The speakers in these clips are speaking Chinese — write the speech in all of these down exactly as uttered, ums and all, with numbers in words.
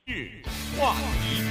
日话题，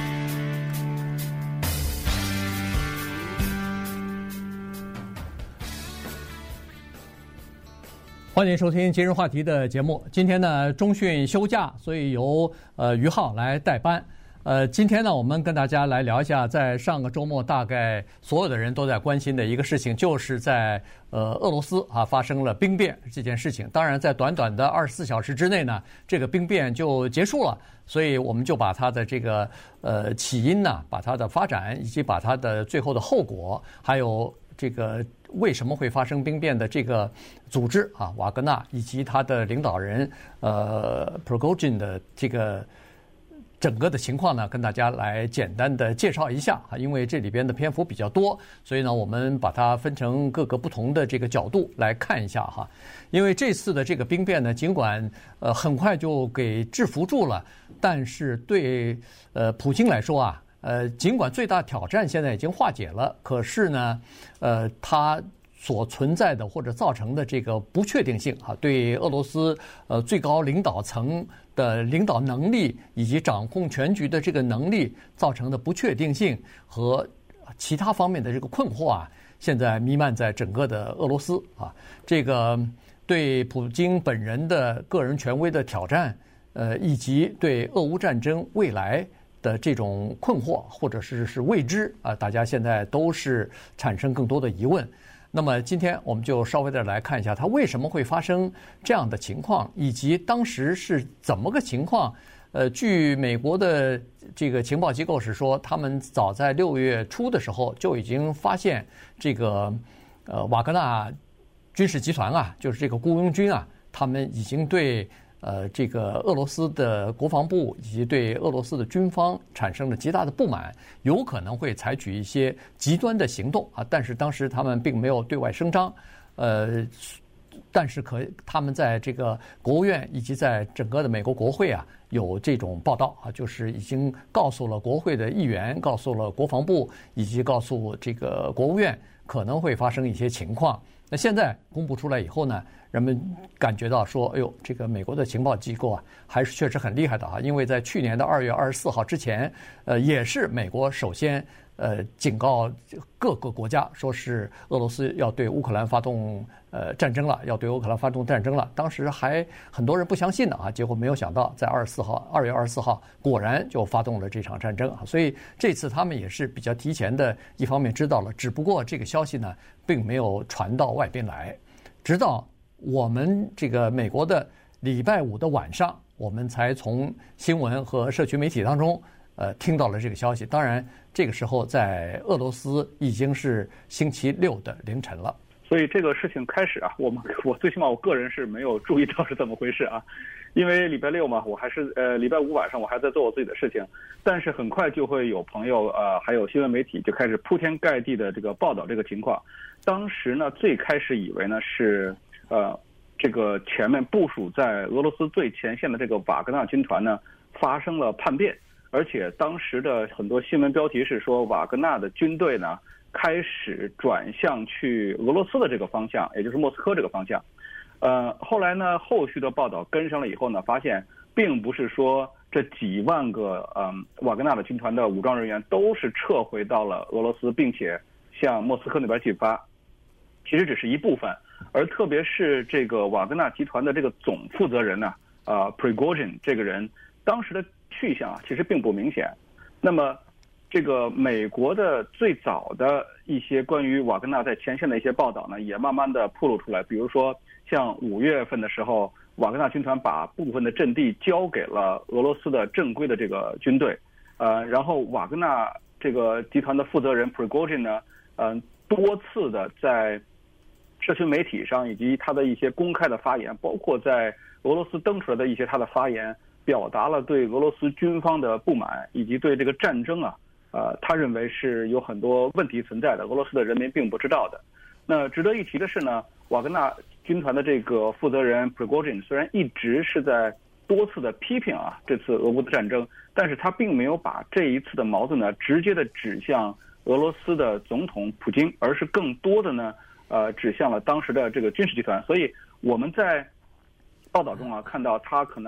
欢迎收听今日话题的节目。今天呢，中训休假，所以由呃于浩来代班。呃，今天呢，我们跟大家来聊一下，在上个周末，大概所有的人都在关心的一个事情，就是在呃俄罗斯啊发生了兵变这件事情。当然，在短短的二十四小时之内呢，这个兵变就结束了。所以我们就把它的这个呃起因呢，把它的发展，以及把它的最后的后果，还有这个为什么会发生兵变的这个组织啊，瓦格纳以及他的领导人呃 Prigozhin 的这个整个的情况呢，跟大家来简单的介绍一下啊，因为这里边的篇幅比较多，所以呢，我们把它分成各个不同的这个角度来看一下哈。因为这次的这个兵变呢，尽管呃很快就给制服住了，但是对呃普京来说啊，呃尽管最大挑战现在已经化解了，可是呢，呃他所存在的或者造成的这个不确定性啊，对俄罗斯呃最高领导层的领导能力以及掌控全局的这个能力造成的不确定性和其他方面的这个困惑啊，现在弥漫在整个的俄罗斯啊。这个对普京本人的个人权威的挑战，呃，以及对俄乌战争未来的这种困惑或者是是未知啊，大家现在都是产生更多的疑问。那么今天我们就稍微的来看一下，它为什么会发生这样的情况，以及当时是怎么个情况。呃，据美国的这个情报机构是说，他们早在六月初的时候就已经发现这个呃瓦格纳军事集团啊，就是这个雇佣军啊，他们已经对呃这个俄罗斯的国防部以及对俄罗斯的军方产生了极大的不满，有可能会采取一些极端的行动啊。但是当时他们并没有对外声张，呃，但是可他们在这个国务院以及在整个的美国国会啊有这种报道啊，就是已经告诉了国会的议员，告诉了国防部以及告诉这个国务院可能会发生一些情况。那现在公布出来以后呢，人们感觉到说，哎呦，这个美国的情报机构啊，还是确实很厉害的啊！因为在去年的二月二十四号之前，呃，也是美国首先呃警告各个国家，说是俄罗斯要对乌克兰发动呃战争了，要对乌克兰发动战争了。当时还很多人不相信的啊，结果没有想到，在二十四号，二月二十四号，果然就发动了这场战争啊！所以这次他们也是比较提前的，一方面知道了，只不过这个消息呢，并没有传到外边来，直到我们这个美国的礼拜五的晚上，我们才从新闻和社区媒体当中呃听到了这个消息。当然，这个时候在俄罗斯已经是星期六的凌晨了。 所以这个事情开始啊，我们我最起码我个人是没有注意到是怎么回事啊，因为礼拜六嘛，我还是呃礼拜五晚上我还在做我自己的事情，但是很快就会有朋友呃还有新闻媒体就开始铺天盖地的这个报道这个情况。当时呢，最开始以为呢是呃这个前面部署在俄罗斯最前线的这个瓦格纳军团呢发生了叛变，而且当时的很多新闻标题是说瓦格纳的军队呢开始转向去俄罗斯的这个方向，也就是莫斯科这个方向。呃，后来呢，后续的报道跟上了以后呢，发现并不是说这几万个嗯、呃、瓦格纳的军团的武装人员都是撤回到了俄罗斯，并且向莫斯科那边进发，其实只是一部分。而特别是这个瓦格纳集团的这个总负责人呢，呃 Prigozhin 这个人当时的去向啊，其实并不明显。那么这个美国的最早的一些关于瓦格纳在前线的一些报道呢，也慢慢的暴露出来。比如说，像五月份的时候，瓦格纳军团把部分的阵地交给了俄罗斯的正规的这个军队，呃，然后瓦格纳这个集团的负责人 Prigozhin 呢，嗯、呃，多次的在社区媒体上以及他的一些公开的发言，包括在俄罗斯登出来的一些他的发言，表达了对俄罗斯军方的不满，以及对这个战争啊。呃，他认为是有很多问题存在的，俄罗斯的人民并不知道的。那值得一提的是呢，瓦格纳军团的这个负责人 Prigozhin 虽然一直是在多次的批评啊这次俄乌的战争，但是他并没有把这一次的矛盾呢直接的指向俄罗斯的总统普京，而是更多的呢呃指向了当时的这个军事集团。所以我们在报道中啊看到他可能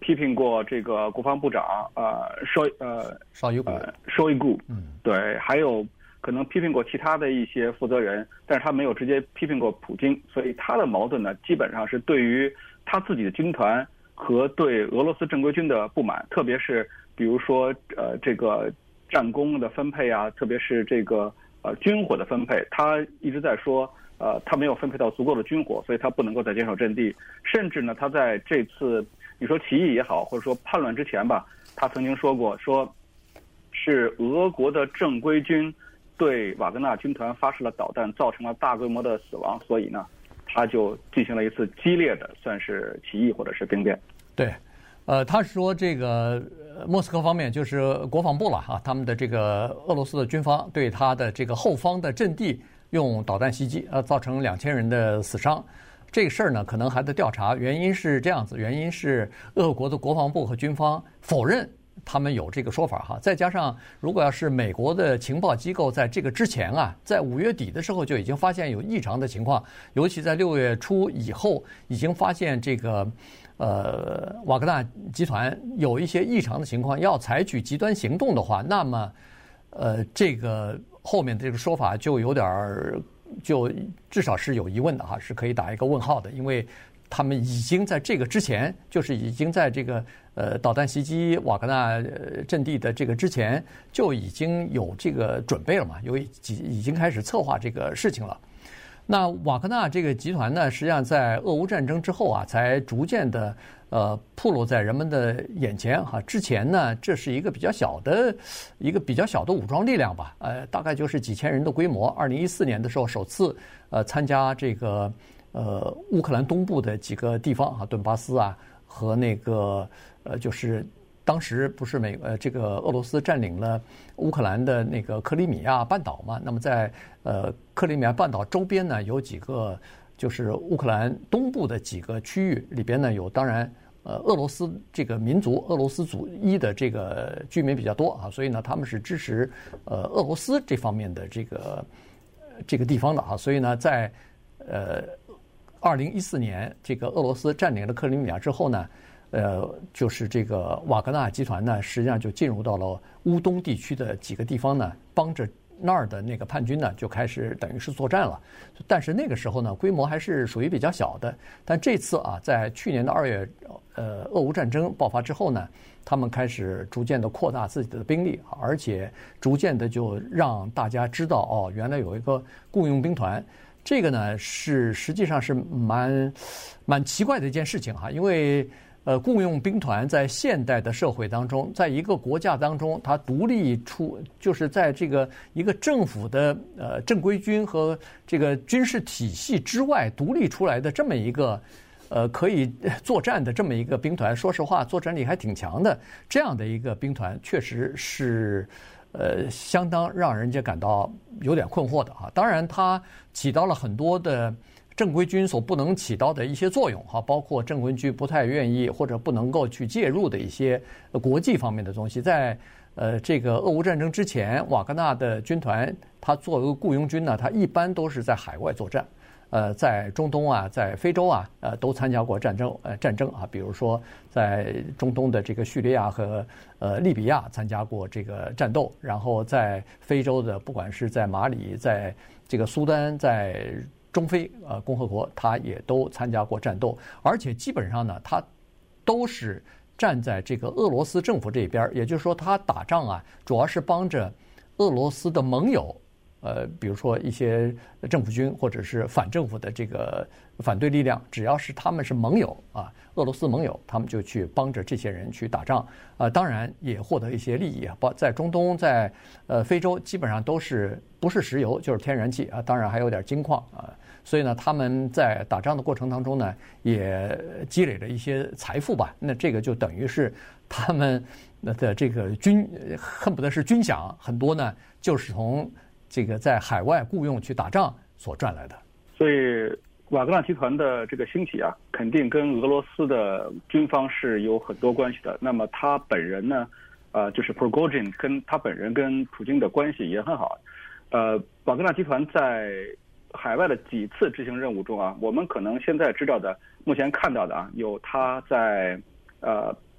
批评过这个国防部长呃绍呃绍伊古， 呃绍伊古， 嗯， 对，还有可能批评过其他的一些负责人，但是他没有直接批评过普京，所以他的矛盾呢，基本上是对于他自己的军团和对俄罗斯正规军的不满，特别是比如说呃这个战功的分配啊，特别是这个呃军火的分配，他一直在说呃他没有分配到足够的军火，所以他不能够再坚守阵地，甚至呢他在这次你说起义也好，或者说叛乱之前吧，他曾经说过，说是俄国的正规军对瓦格纳军团发射了导弹，造成了大规模的死亡，所以呢，他就进行了一次激烈的，算是起义或者是兵变。 对，呃，他说这个莫斯科方面就是国防部了哈，他们的这个俄罗斯的军方对他的这个后方的阵地用导弹袭击，呃，造成两千人的死伤。这个事儿呢，可能还得调查，原因是这样子，原因是俄国的国防部和军方否认他们有这个说法哈。再加上，如果要是美国的情报机构在这个之前啊，在五月底的时候就已经发现有异常的情况，尤其在六月初以后，已经发现这个呃瓦格纳集团有一些异常的情况，要采取极端行动的话，那么呃这个后面的这个说法就有点儿。就至少是有疑问的哈，是可以打一个问号的，因为他们已经在这个之前，就是已经在这个呃导弹袭击瓦格纳阵地的这个之前，就已经有这个准备了嘛，有已已经开始策划这个事情了。那瓦格纳这个集团呢，实际上在俄乌战争之后啊，才逐渐的呃暴露在人们的眼前哈。之前呢，这是一个比较小的一个比较小的武装力量吧，呃，大概就是几千人的规模。二零一四年的时候，首次呃参加这个呃乌克兰东部的几个地方啊，顿巴斯啊和那个呃就是。当时不是美呃这个俄罗斯占领了乌克兰的那个克里米亚半岛嘛？那么在呃克里米亚半岛周边呢，有几个就是乌克兰东部的几个区域里边呢，有当然呃俄罗斯这个民族俄罗斯族裔的这个居民比较多啊，所以呢他们是支持呃俄罗斯这方面的这个这个地方的啊，所以呢在呃二零一四年这个俄罗斯占领了克里米亚之后呢。呃，就是这个瓦格纳集团呢，实际上就进入到了乌东地区的几个地方呢，帮着那儿的那个叛军呢，就开始等于是作战了。但是那个时候呢，规模还是属于比较小的。但这次啊，在去年的二月，呃，俄乌战争爆发之后呢，他们开始逐渐的扩大自己的兵力，而且逐渐的就让大家知道，哦，原来有一个雇佣兵团。这个呢，是实际上是蛮蛮奇怪的一件事情哈，因为。呃，雇佣兵团在现代的社会当中，在一个国家当中，它独立出，就是在这个一个政府的呃正规军和这个军事体系之外独立出来的这么一个呃可以作战的这么一个兵团，说实话，作战力还挺强的。这样的一个兵团，确实是呃相当让人家感到有点困惑的啊。当然，它起到了很多的。正规军所不能起到的一些作用哈，包括正规军不太愿意或者不能够去介入的一些国际方面的东西。在呃这个俄乌战争之前，瓦格纳的军团它作为雇佣军呢，它一般都是在海外作战，呃，在中东啊，在非洲啊，呃，都参加过战争呃战争啊，比如说在中东的这个叙利亚和呃利比亚参加过这个战斗，然后在非洲的不管是在马里，在这个苏丹，在中非呃共和国，他也都参加过战斗，而且基本上呢，他都是站在这个俄罗斯政府这边，也就是说，他打仗啊，主要是帮着俄罗斯的盟友，呃，比如说一些政府军或者是反政府的这个反对力量，只要是他们是盟友啊，俄罗斯盟友，他们就去帮着这些人去打仗，呃，当然也获得一些利益啊，包在中东，在呃非洲，基本上都是不是石油就是天然气啊，当然还有点金矿啊。所以呢，他们在打仗的过程当中呢，也积累了一些财富吧。那这个就等于是他们的这个军，恨不得是军饷很多呢，就是从这个在海外雇佣去打仗所赚来的。 所以瓦格纳集团的这个兴起啊，肯定跟俄罗斯的军方是有很多关系的。那么他本人呢，呃，就是 Prigozhin 跟他本人跟普京的关系也很好。呃，瓦格纳集团在海外的几次执行任务中啊，我们可能现在知道的，目前看到的啊，有他在呃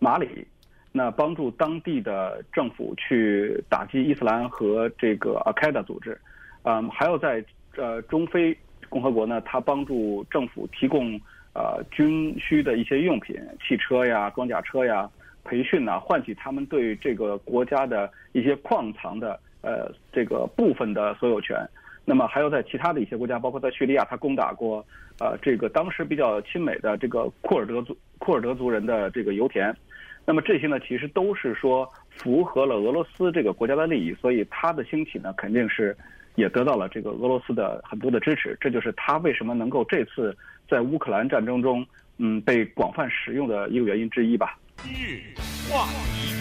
马里，那帮助当地的政府去打击伊斯兰和这个阿开达组织，嗯，还有在呃中非共和国呢，它帮助政府提供呃军需的一些用品，汽车呀、装甲车呀、培训呐、啊，唤起他们对这个国家的一些矿藏的呃这个部分的所有权。那么还有在其他的一些国家，包括在叙利亚，他攻打过呃这个当时比较亲美的这个库尔德族库尔德族人的这个油田。那么这些呢，其实都是说符合了俄罗斯这个国家的利益，所以它的兴起呢，肯定是也得到了这个俄罗斯的很多的支持。这就是它为什么能够这次在乌克兰战争中，嗯，被广泛使用的一个原因之一吧。 今日话题。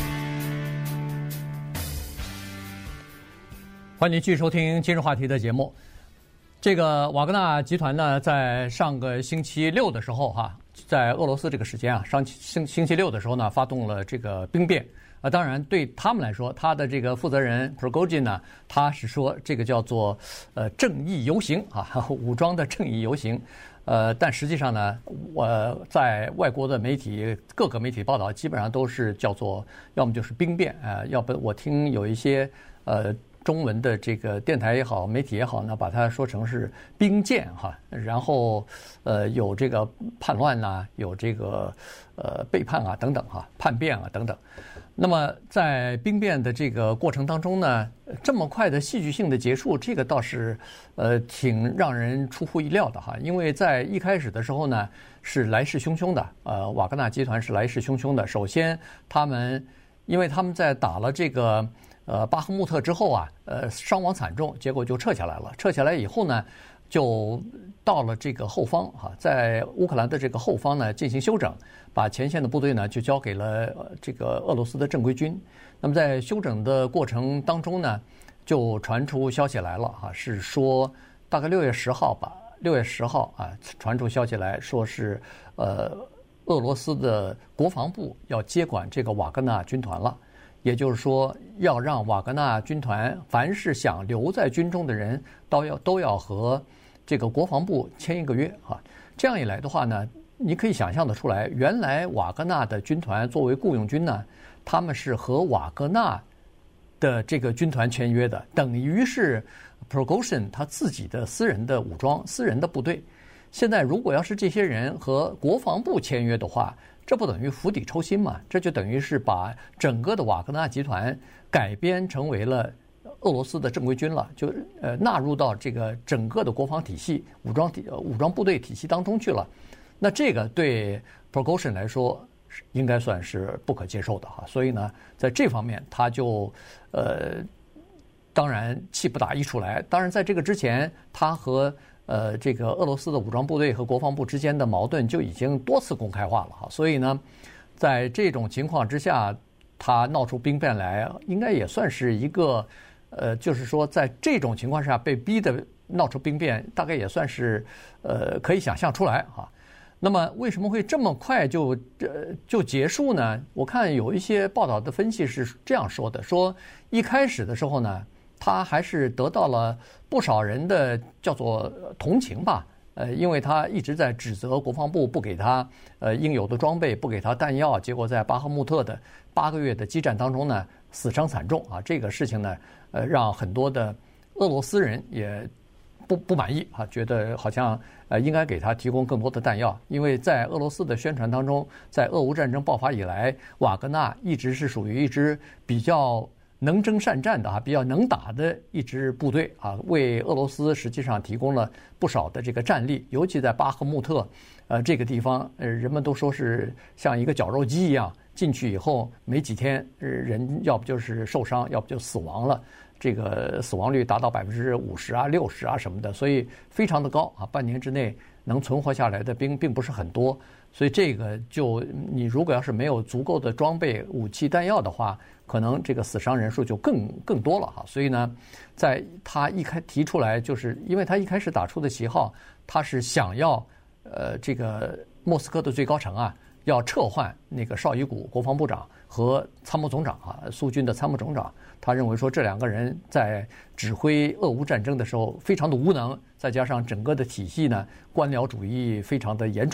欢迎继续收听今日话题的节目。这个瓦格纳集团呢，在上个星期六的时候，哈，在俄罗斯这个时间啊，上星星期六的时候呢，发动了这个兵变。啊，当然对他们来说，他的这个负责人 Prigozhin 呢，他是说这个叫做呃正义游行啊，武装的正义游行。呃，但实际上呢，我在外国的媒体各个媒体报道，基本上都是叫做要么就是兵变，呃，要不我听有一些呃。中文的这个电台也好，媒体也好呢，把它说成是兵谏哈，然后呃有这个叛乱呐、啊，有这个呃背叛啊等等哈，叛变啊等等。那么在兵变的这个过程当中呢，这么快的戏剧性的结束，这个倒是呃挺让人出乎意料的哈，因为在一开始的时候呢是来势汹汹的，呃瓦格纳集团是来势汹汹的。首先他们因为他们在打了这个。呃，巴赫穆特之后啊，呃，伤亡惨重，结果就撤下来了。撤下来以后呢，就到了这个后方哈，在乌克兰的这个后方呢进行休整，把前线的部队呢就交给了这个俄罗斯的正规军。那么在休整的过程当中呢，就传出消息来了哈，是说大概六月十号吧，六月十号啊，传出消息来说是呃，俄罗斯的国防部要接管这个瓦格纳军团了。也就是说，要让瓦格纳军团凡是想留在军中的人，都要都要和这个国防部签一个约啊。这样一来的话呢，你可以想象得出来，原来瓦格纳的军团作为雇佣军呢，他们是和瓦格纳的这个军团签约的，等于是 Prigozhin 他自己的私人的武装、私人的部队。现在如果要是这些人和国防部签约的话，这不等于釜底抽薪嘛？这就等于是把整个的瓦格纳集团改编成为了俄罗斯的正规军了，就呃纳入到这个整个的国防体系、武装体、武装部队体系当中去了。那这个对 Prigozhin 来说应该算是不可接受的哈。所以呢，在这方面他就呃当然气不打一处来。当然在这个之前，他和呃，这个俄罗斯的武装部队和国防部之间的矛盾就已经多次公开化了哈，所以呢，在这种情况之下，他闹出兵变来，应该也算是一个，呃，就是说在这种情况下被逼的闹出兵变，大概也算是呃可以想象出来哈。那么为什么会这么快就呃就结束呢？我看有一些报道的分析是这样说的，说一开始的时候呢，他还是得到了不少人的叫做同情吧，呃，因为他一直在指责国防部不给他呃应有的装备，不给他弹药，结果在巴赫穆特的八个月的激战当中呢，死伤惨重啊。这个事情呢，呃，让很多的俄罗斯人也不不满意啊，觉得好像呃应该给他提供更多的弹药，因为在俄罗斯的宣传当中，在俄乌战争爆发以来，瓦格纳一直是属于一支比较能征善战的啊，比较能打的一支部队啊，为俄罗斯实际上提供了不少的这个战力，尤其在巴赫穆特，呃，这个地方，呃，人们都说是像一个绞肉机一样，进去以后没几天，人要不就是受伤，要不就死亡了，这个死亡率达到百分之五十啊、六十啊什么的，所以非常的高啊，半年之内能存活下来的兵并不是很多，所以这个就你如果要是没有足够的装备、武器、弹药的话，可能这个死伤人数就更更多了哈。所以呢，在他一开提出来，就是因为他一开始打出的旗号，他是想要呃这个莫斯科的最高层啊，要撤换那个绍伊古国防部长和参谋总长啊，苏军的参谋总长。他认为说这两个人在指挥俄乌战争的时候非常的无能，再加上整个的体系呢官僚主义非常的严重，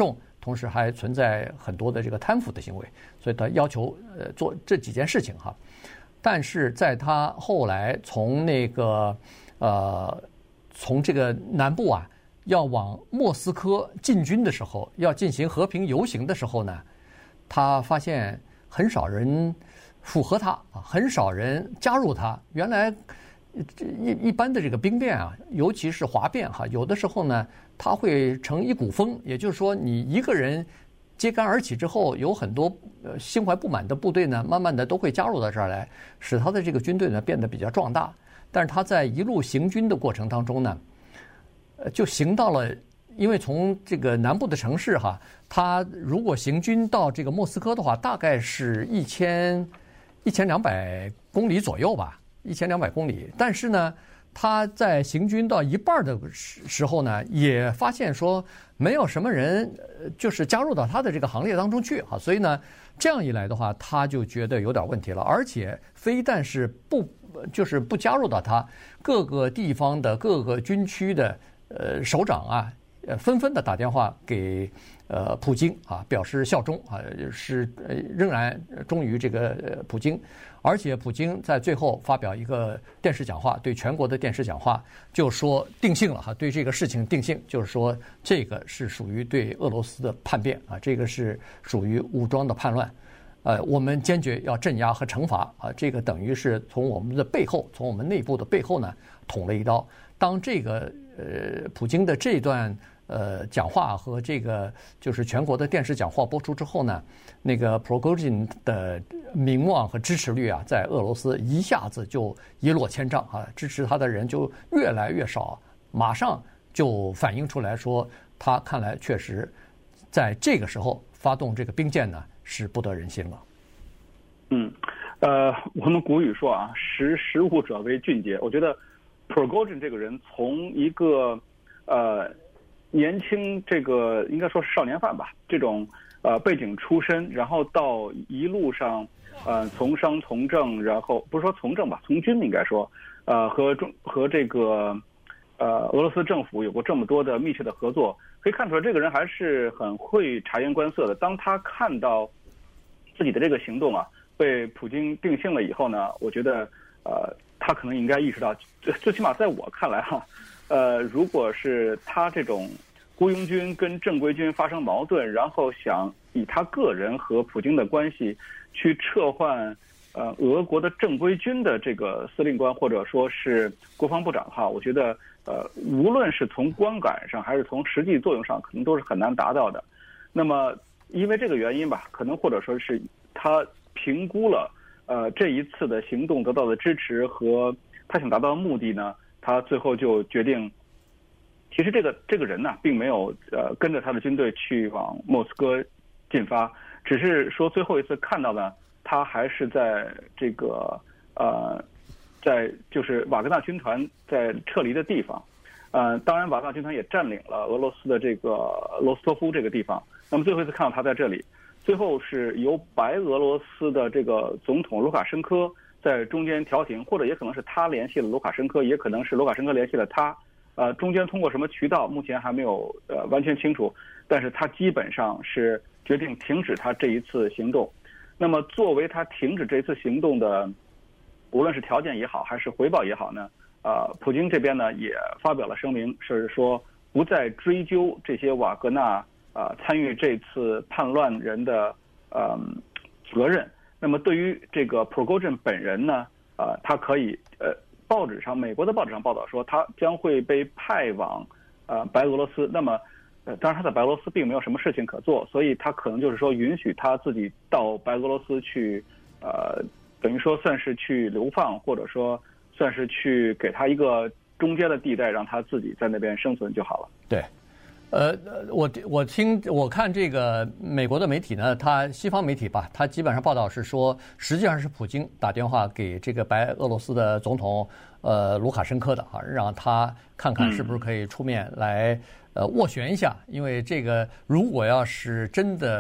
同时还存在很多的这个贪腐的行为，所以他要求呃做这几件事情哈。但是在他后来从那个呃从这个南部啊要往莫斯科进军的时候，要进行和平游行的时候呢，他发现很少人符合他啊，很少人加入他。原来一一般的这个兵变啊，尤其是哗变哈，有的时候呢，它会成一股风，也就是说，你一个人揭竿而起之后，有很多呃心怀不满的部队呢，慢慢的都会加入到这儿来，使他的这个军队呢变得比较壮大。但是他在一路行军的过程当中呢，呃，就行到了，因为从这个南部的城市哈，他如果行军到这个莫斯科的话，大概是一千一千两百公里左右吧。一千两百公里，但是呢，他在行军到一半的时候呢，也发现说没有什么人就是加入到他的这个行列当中去啊，所以呢，这样一来的话，他就觉得有点问题了。而且非但是不就是不加入到他，各个地方的各个军区的呃首长啊，呃纷纷的打电话给呃普京啊，表示效忠啊，是呃仍然忠于这个呃普京。而且普京在最后发表一个电视讲话，对全国的电视讲话，就说定性了哈，对这个事情定性，就是说这个是属于对俄罗斯的叛变啊，这个是属于武装的叛乱，呃，我们坚决要镇压和惩罚啊，这个等于是从我们的背后，从我们内部的背后呢捅了一刀。当这个呃普京的这段呃讲话和这个就是全国的电视讲话播出之后呢，那个 Prigozhin 的名望和支持率啊，在俄罗斯一下子就一落千丈啊，支持他的人就越来越少，马上就反映出来说，他看来确实在这个时候发动这个兵谏呢，是不得人心了。 嗯，呃，我们古语说啊，识时务者为俊杰。我觉得 Prigozhin 这个人从一个呃年轻这个应该说是少年犯吧，这种呃背景出身，然后到一路上呃从商从政，然后不是说从政吧，从军应该说，呃和中和这个呃俄罗斯政府有过这么多的密切的合作，可以看出来这个人还是很会察言观色的。当他看到自己的这个行动啊被普京定性了以后呢，我觉得呃他可能应该意识到，最最起码在我看来哈、啊。呃，如果是他这种雇佣军跟正规军发生矛盾，然后想以他个人和普京的关系去撤换呃俄国的正规军的这个司令官或者说是国防部长哈，我觉得呃无论是从观感上还是从实际作用上，可能都是很难达到的。那么因为这个原因吧，可能或者说是他评估了呃这一次的行动得到的支持和他想达到的目的呢。他最后就决定，其实这个这个人呢，并没有呃跟着他的军队去往莫斯科进发，只是说最后一次看到呢，他还是在这个呃，在就是瓦格纳军团在撤离的地方，呃，当然瓦格纳军团也占领了俄罗斯的这个罗斯托夫这个地方。那么最后一次看到他在这里，最后是由白俄罗斯的这个总统卢卡申科在中间调停，或者也可能是他联系了卢卡申科，也可能是卢卡申科联系了他，呃，中间通过什么渠道，目前还没有呃完全清楚，但是他基本上是决定停止他这一次行动。那么作为他停止这一次行动的，无论是条件也好，还是回报也好呢，呃，普京这边呢也发表了声明，是说不再追究这些瓦格纳呃参与这次叛乱人的呃责任。那么对于这个 Prigozhin 本人呢，呃，他可以呃，报纸上美国的报纸上报道说，他将会被派往呃白俄罗斯。那么，呃，当然他在白俄罗斯并没有什么事情可做，所以他可能就是说允许他自己到白俄罗斯去，呃，等于说算是去流放，或者说算是去给他一个中间的地带，让他自己在那边生存就好了。 对。呃，我我听我看这个美国的媒体呢，它西方媒体吧，它基本上报道是说，实际上是普京打电话给这个白俄罗斯的总统呃卢卡申科的啊，让他看看是不是可以出面来呃斡旋一下，因为这个如果要是真的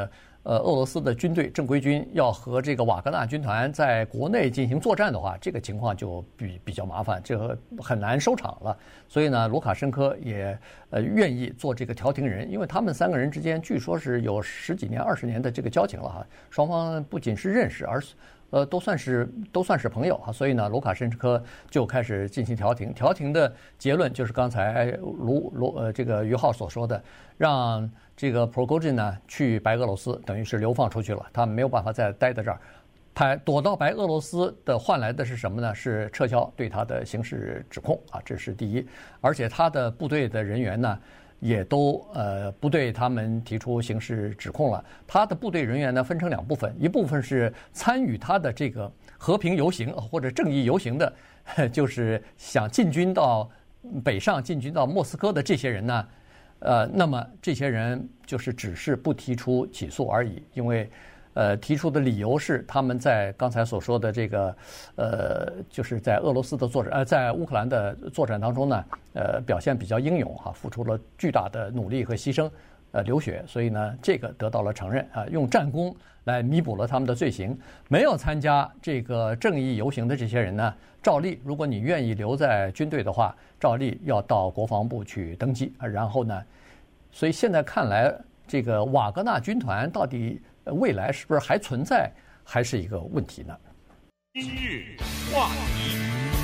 呃俄罗斯的军队正规军要和这个瓦格纳军团在国内进行作战的话，这个情况就比比较麻烦，这个很难收场了。所以呢，卢卡申科也呃愿意做这个调停人，因为他们三个人之间据说是有十几年、二十年的这个交情了哈，双方不仅是认识，而呃都算是都算是朋友啊。所以呢，卢卡申科就开始进行调停。调停的结论就是刚才卢卢呃这个于浩所说的，让这个 Prigozhin 呢去白俄罗斯，等于是流放出去了，他没有办法再待在这儿。他躲到白俄罗斯的换来的是什么呢？是撤销对他的刑事指控啊，这是第一。而且他的部队的人员呢，也都呃不对他们提出刑事指控了。他的部队人员呢分成两部分，一部分是参与他的这个和平游行或者正义游行的，就是想进军到北上、进军到莫斯科的这些人呢，呃，那么这些人就是只是不提出起诉而已，因为。呃，提出的理由是他们在刚才所说的这个，呃，就是在俄罗斯的作战，呃，在乌克兰的作战当中呢，呃，表现比较英勇哈，付出了巨大的努力和牺牲，呃，流血，所以呢，这个得到了承认啊，用战功来弥补了他们的罪行。没有参加这个正义游行的这些人呢，照例，如果你愿意留在军队的话，照例要到国防部去登记啊，然后呢，所以现在看来，这个瓦格纳军团到底。未来是不是还存在，还是一个问题呢？ 今日话题，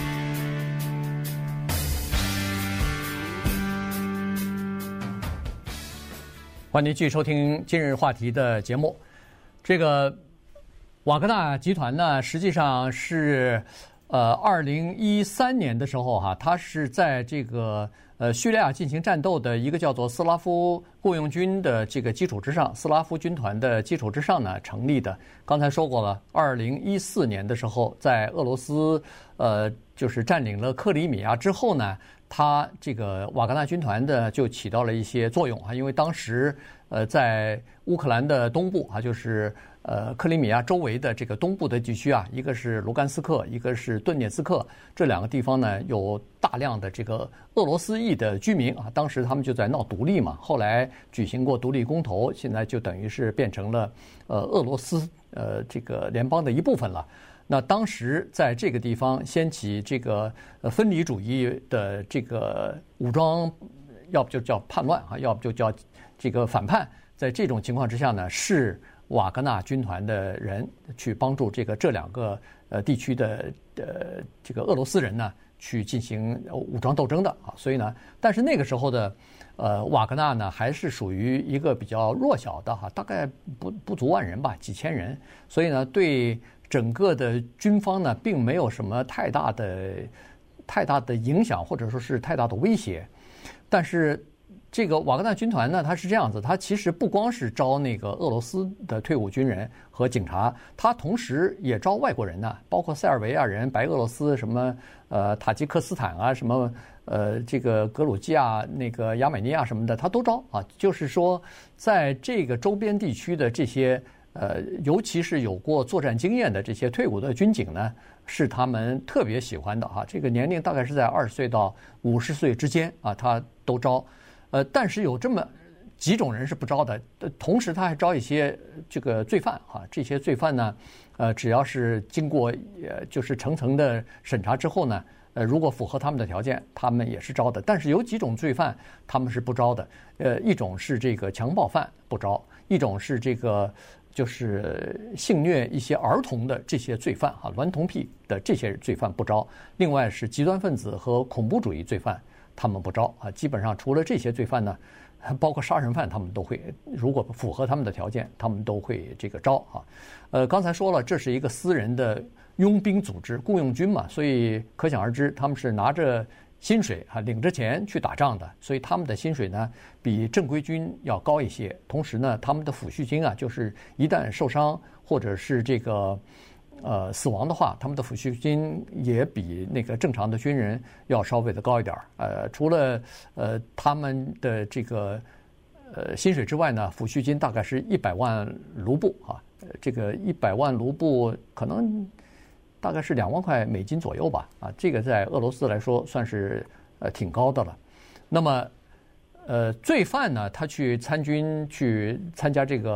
欢迎您继续收听今日话题的节目。这个瓦格纳集团呢，实际上是呃，二零一三年的时候哈，它是在这个。呃，叙利亚进行战斗的一个叫做斯拉夫雇佣军的这个基础之上，斯拉夫军团的基础之上呢成立的。刚才说过了，二零一四年的时候，在俄罗斯呃就是占领了克里米亚之后呢，它这个瓦格纳军团的就起到了一些作用啊，因为当时呃在乌克兰的东部啊，就是呃克里米亚周围的这个东部的地区啊，一个是卢甘斯克，一个是顿涅茨克，这两个地方呢有大量的这个俄罗斯裔的居民啊，当时他们就在闹独立嘛，后来举行过独立公投，现在就等于是变成了呃俄罗斯呃这个联邦的一部分了。那当时在这个地方掀起这个呃分离主义的这个武装，要不就叫叛乱啊，要不就叫这个反叛。在这种情况之下呢，是瓦格纳军团的人去帮助这个这两个呃地区的呃这个俄罗斯人呢去进行武装斗争的啊。所以呢，但是那个时候的呃瓦格纳呢还是属于一个比较弱小的哈，大概不不足万人吧，几千人。所以呢，对整个的军方呢，并没有什么太大的、太大的影响，或者说是太大的威胁。但是，这个瓦格纳军团呢，它是这样子，它其实不光是招那个俄罗斯的退伍军人和警察，它同时也招外国人呢，包括塞尔维亚人、白俄罗斯、什么呃塔吉克斯坦啊，什么呃这个格鲁吉亚、那个亚美尼亚什么的，它都招啊。就是说，在这个周边地区的这些。呃，尤其是有过作战经验的这些退伍的军警呢，是他们特别喜欢的哈。这个年龄大概是在二十岁到五十岁之间啊，他都招。呃，但是有这么几种人是不招的，同时他还招一些这个罪犯哈。这些罪犯呢，呃，只要是经过呃就是层层的审查之后呢，呃，如果符合他们的条件，他们也是招的。但是有几种罪犯他们是不招的，呃，一种是这个强暴犯不招，一种是这个。就是性虐一些儿童的这些罪犯啊，娈童癖的这些罪犯不招。另外是极端分子和恐怖主义罪犯，他们不招啊。基本上除了这些罪犯呢，包括杀人犯，他们都会，如果符合他们的条件，他们都会这个招啊。呃，刚才说了，这是一个私人的佣兵组织，雇佣军嘛，所以可想而知，他们是拿着。薪水啊，领着钱去打仗的，所以他们的薪水呢比正规军要高一些。同时呢，他们的抚恤金啊，就是一旦受伤或者是这个呃死亡的话，他们的抚恤金也比那个正常的军人要稍微的高一点。呃，除了呃他们的这个呃薪水之外呢，抚恤金大概是一百万卢布啊，这个一百万卢布可能。大概是两万块美金左右吧，啊，这个在俄罗斯来说算是呃挺高的了。那么，呃，罪犯呢，他去参军去参加这个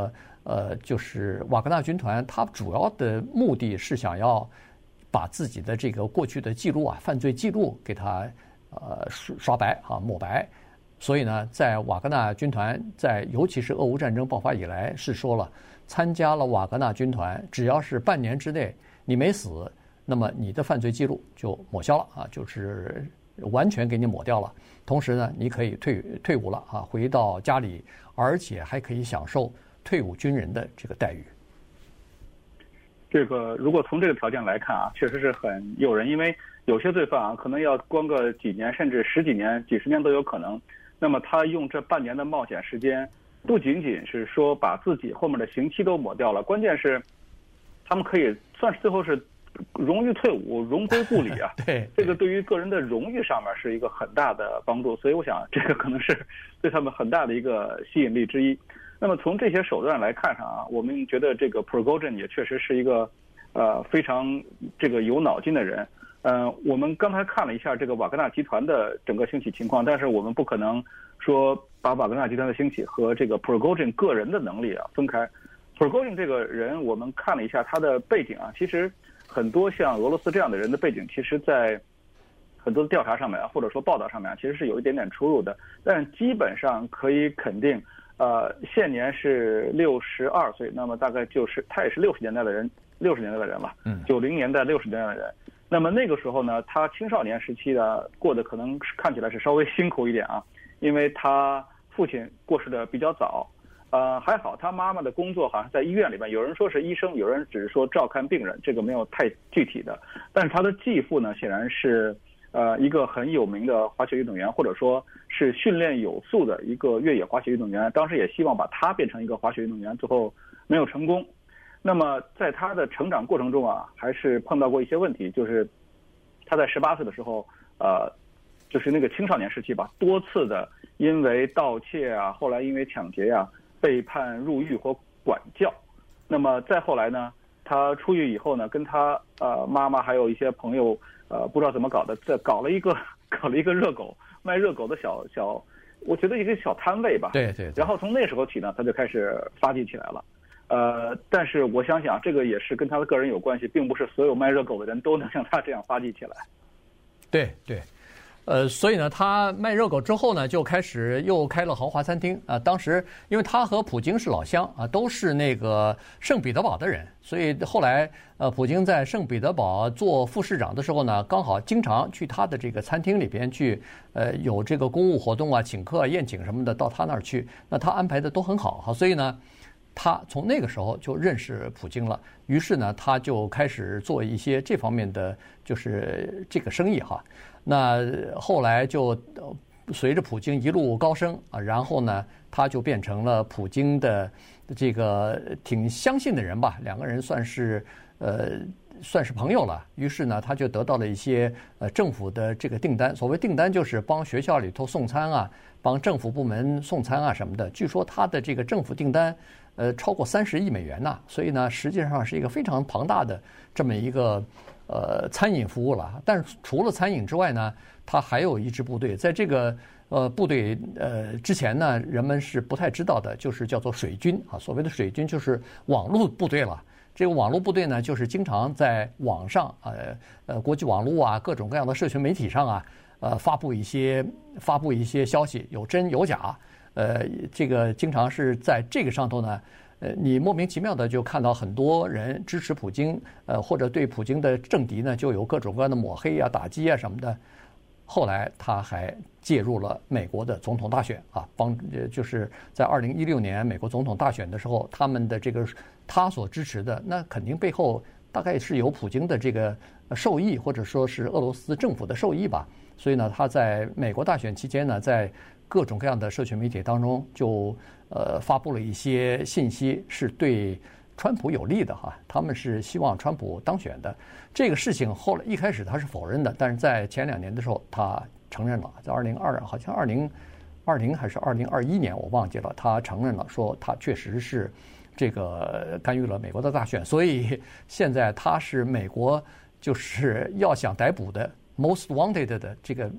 呃，就是瓦格纳军团，它主要的目的是想要把自己的这个过去的记录啊，犯罪记录给它呃刷白啊，抹白。所以呢，在瓦格纳军团在尤其是俄乌战争爆发以来，是说了，参加了瓦格纳军团，只要是半年之内你没死，那么你的犯罪记录就抹消了啊，就是完全给你抹掉了。同时呢，你可以退退伍了啊，回到家里，而且还可以享受退伍军人的这个待遇。 这个如果从这个条件来看啊，确实是很诱人，因为有些罪犯啊，可能要关个几年，甚至十几年、几十年都有可能。那么他用这半年的冒险时间，不仅仅是说把自己后面的刑期都抹掉了，关键是他们可以算是最后是荣誉退伍，荣归故里啊。 对， 这个对于个人的荣誉上面是一个很大的帮助，所以我想这个可能是对他们很大的一个吸引力之一。那么从这些手段来看上啊，我们觉得这个 Prigozhin 也确实是一个呃非常这个有脑筋的人。嗯、呃，我们刚才看了一下这个瓦格纳集团的整个兴起情况，但是我们不可能说把瓦格纳集团的兴起和这个 Prigozhin 个人的能力啊分开。Prigozhin 这个人，我们看了一下他的背景啊，其实很多像俄罗斯这样的人的背景，其实在很多的调查上面啊，或者说报道上面啊，其实是有一点点出入的。但基本上可以肯定，呃，现年是六十二岁，那么大概就是他也是六十年代的人，六十年代的人了，嗯，九零年代、六十年代的人。那么那个时候呢，他青少年时期呢过得可能看起来是稍微辛苦一点啊，因为他父亲过世的比较早，呃，还好他妈妈的工作好像在医院里面，有人说是医生，有人只是说照看病人，这个没有太具体的。但是他的继父呢，显然是呃一个很有名的滑雪运动员，或者说是训练有素的一个越野滑雪运动员，当时也希望把他变成一个滑雪运动员，最后没有成功。那么在他的成长过程中啊，还是碰到过一些问题，就是他在十八岁的时候，呃，就是那个青少年时期吧，多次的因为盗窃啊，后来因为抢劫啊，被判入狱或管教。那么再后来呢，他出狱以后呢，跟他呃妈妈还有一些朋友，呃，不知道怎么搞的，在搞了一个搞了一个热狗，卖热狗的小小，我觉得一个小摊位吧。 对 对, 对。 然后从那时候起呢，他就开始发迹起来了。呃，但是我想想，这个也是跟他的个人有关系，并不是所有卖热狗的人都能像他这样发迹起来。 对对，呃，所以呢，他卖热狗之后呢，就开始又开了豪华餐厅啊。当时因为他和普京是老乡啊，都是那个圣彼得堡的人，所以后来呃，普京在圣彼得堡做副市长的时候呢，刚好经常去他的这个餐厅里边去，呃，有这个公务活动啊，请客、宴请什么的，到他那儿去，那他安排的都很好哈，所以呢。他从那个时候就认识普京了，于是呢，他就开始做一些这方面的，就是这个生意哈。那后来就随着普京一路高升啊，然后呢，他就变成了普京的这个挺相信的人吧，两个人算是呃算是朋友了。于是呢，他就得到了一些呃政府的这个订单，所谓订单就是帮学校里头送餐啊，帮政府部门送餐啊什么的。据说他的这个政府订单。呃，超过三十亿美元呐，所以呢，实际上是一个非常庞大的这么一个呃餐饮服务了。但是除了餐饮之外呢，它还有一支部队，在这个呃部队呃之前呢，人们是不太知道的，就是叫做水军啊。所谓的水军就是网络部队了。这个网络部队呢，就是经常在网上呃呃国际网络啊，各种各样的社群媒体上啊，呃发布一些发布一些消息，有真有假。呃，这个经常是在这个上头呢，呃，你莫名其妙的就看到很多人支持普京，呃，或者对普京的政敌呢，就有各种各样的抹黑啊、打击啊什么的。后来他还介入了美国的总统大选啊，帮就是在二零一六年美国总统大选的时候，他们的这个他所支持的，那肯定背后大概是有普京的这个受益，或者说是俄罗斯政府的受益吧。所以呢，他在美国大选期间呢，在各种各样的社群媒体当中就呃发布了一些信息，是对川普有利的哈，他们是希望川普当选的。这个事情后来一开始他是否认的，但是在前两年的时候他承认了，在二零二好像二零二零还是二零二一年我忘记了，他承认了说他确实是这个干预了美国的大选，所以现在他是美国就是要想逮捕的 most wanted 的这个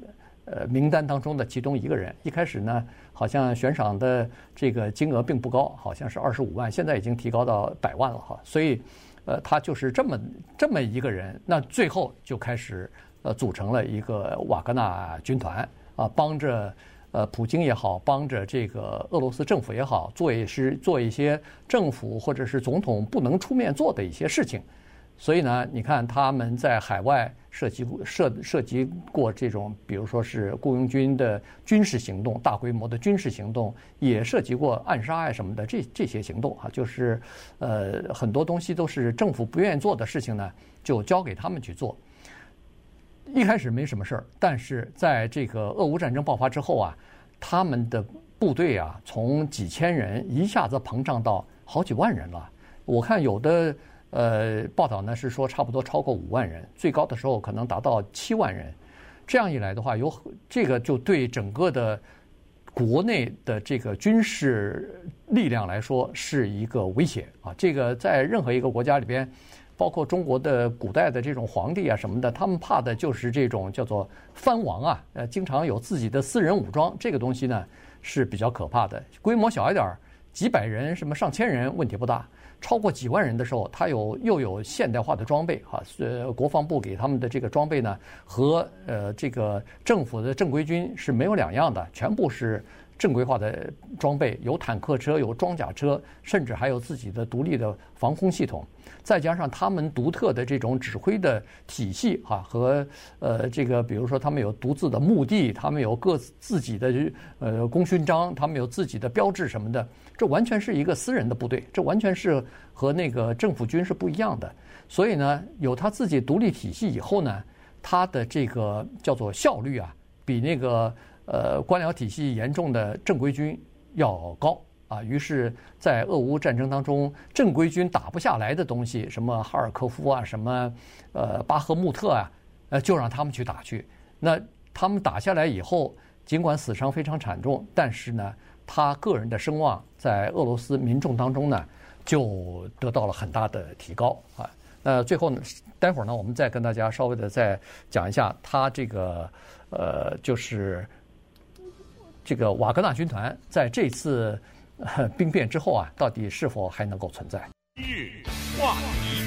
呃名单当中的其中一个人。一开始呢，好像悬赏的这个金额并不高，好像是二十五万，现在已经提高到百万了哈。所以，呃，他就是这么这么一个人。那最后就开始呃组成了一个瓦格纳军团啊，帮着呃普京也好，帮着这个俄罗斯政府也好，做一些做一些政府或者是总统不能出面做的一些事情。所以呢，你看他们在海外涉及涉涉及过这种，比如说是雇佣军的军事行动，大规模的军事行动，也涉及过暗杀呀什么的这这些行动啊，就是呃很多东西都是政府不愿意做的事情呢，就交给他们去做。一开始没什么事儿，但是在这个俄乌战争爆发之后啊，他们的部队啊从几千人一下子膨胀到好几万人了。我看有的。呃，报道呢是说差不多超过五万人，最高的时候可能达到七万人。这样一来的话，有这个就对整个的国内的这个军事力量来说是一个威胁啊。这个在任何一个国家里边，包括中国的古代的这种皇帝啊什么的，他们怕的就是这种叫做藩王啊，呃，经常有自己的私人武装，这个东西呢是比较可怕的。规模小一点，几百人、什么上千人问题不大。超过几万人的时候，他有又有现代化的装备哈，呃，国防部给他们的这个装备呢，和呃这个政府的正规军是没有两样的，全部是正规化的装备，有坦克车，有装甲车，甚至还有自己的独立的防空系统，再加上他们独特的这种指挥的体系哈，和呃这个比如说他们有独自的墓地，他们有各自己的呃功勋章，他们有自己的标志什么的。这完全是一个私人的部队，这完全是和那个政府军是不一样的。所以呢，有他自己独立体系以后呢，他的这个叫做效率啊，比那个呃官僚体系严重的正规军要高啊。于是，在俄乌战争当中，正规军打不下来的东西，什么哈尔科夫啊，什么呃巴赫穆特啊，呃就让他们去打去。那他们打下来以后，尽管死伤非常惨重，但是呢，他个人的声望在俄罗斯民众当中呢，就得到了很大的提高啊。那最后呢，待会儿呢，我们再跟大家稍微的再讲一下他这个呃，就是这个瓦格纳军团在这次呃兵变之后啊，到底是否还能够存在？ 今日话题。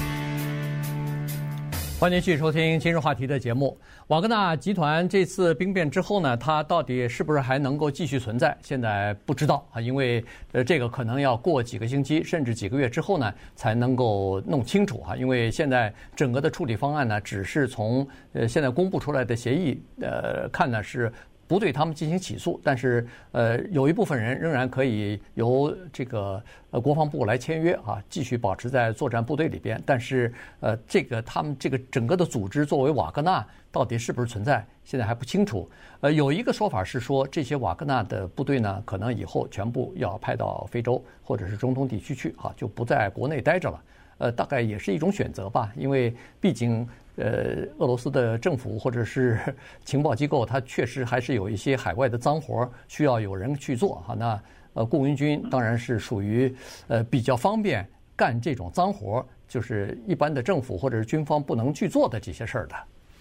欢迎继续收听今日话题的节目。瓦格纳集团这次兵变之后呢，它到底是不是还能够继续存在？现在不知道啊，因为呃这个可能要过几个星期甚至几个月之后呢，才能够弄清楚啊。因为现在整个的处理方案呢，只是从呃现在公布出来的协议呃看呢是不对他们进行起诉，但是呃有一部分人仍然可以由这个呃国防部来签约啊，继续保持在作战部队里边。但是呃这个他们这个整个的组织作为瓦格纳到底是不是存在，现在还不清楚。呃有一个说法是说，这些瓦格纳的部队呢，可能以后全部要派到非洲或者是中东地区去哈，就不在国内待着了。呃大概也是一种选择吧，因为毕竟呃，俄罗斯的政府或者是情报机构，它确实还是有一些海外的脏活需要有人去做哈。那呃，雇佣军当然是属于呃比较方便干这种脏活，就是一般的政府或者是军方不能去做的这些事儿的。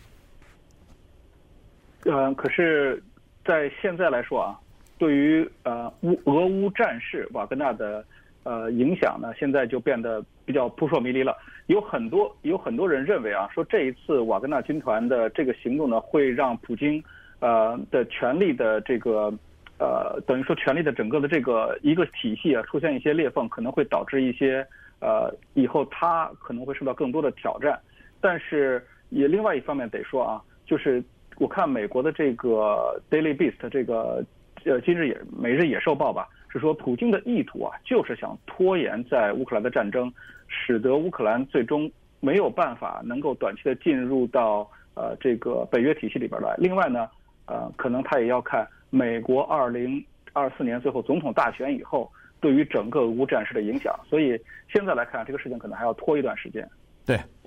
呃，可是，在现在来说啊，对于呃乌俄乌战事瓦格纳的呃影响呢，现在就变得比较扑朔迷离了。有很多有很多人认为啊，说这一次瓦格纳军团的这个行动呢，会让普京呃的权力的这个呃等于说权力的整个的这个一个体系啊出现一些裂缝，可能会导致一些呃以后他可能会受到更多的挑战。但是也另外一方面得说啊，就是我看美国的这个 Daily Beast 这个呃今日野每日野兽报吧，是说普京的意图啊，就是想拖延在乌克兰的战争，使得乌克兰最终没有办法能够短期的进入到呃这个北约体系里边来。另外呢，呃，可能他也要看美国二零二四年最后总统大选以后对于整个俄乌战事的影响。所以现在来看，这个事情可能还要拖一段时间。 对，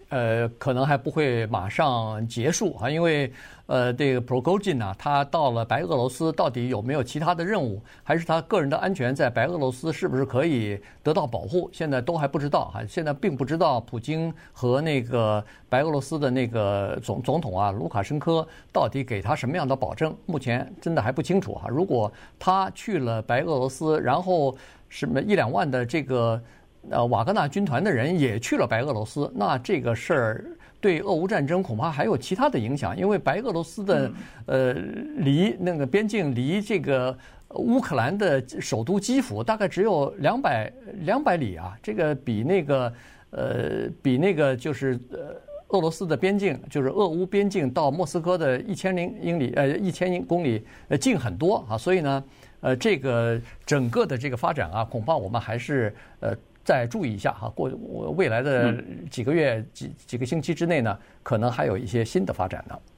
呃，可能还不会马上结束啊，因为呃，这个 Prigozhin 呢，他到了白俄罗斯，到底有没有其他的任务，还是他个人的安全在白俄罗斯是不是可以得到保护，现在都还不知道啊。现在并不知道普京和那个白俄罗斯的那个总总统啊，卢卡申科到底给他什么样的保证，目前真的还不清楚啊。如果他去了白俄罗斯，然后什么一两万的这个呃瓦格纳军团的人也去了白俄罗斯，那这个事儿对俄乌战争恐怕还有其他的影响，因为白俄罗斯的呃离那个边境离这个乌克兰的首都基辅大概只有两百两百里啊，这个比那个呃比那个就是呃俄罗斯的边境，就是俄乌边境到莫斯科的一千零英里呃一千公里呃近很多啊，所以呢呃这个整个的这个发展啊，恐怕我们还是呃。再注意一下哈，过未来的几个月、几几个星期之内呢，可能还有一些新的发展呢。